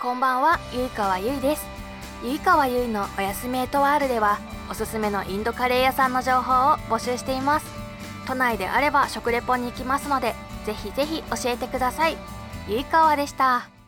こんばんは、ゆいかわゆいです。ゆいかわゆいのおやすみエトワールでは、おすすめのインドカレー屋さんの情報を募集しています。都内であれば食レポに行きますので、ぜひぜひ教えてください。ゆいかわでした。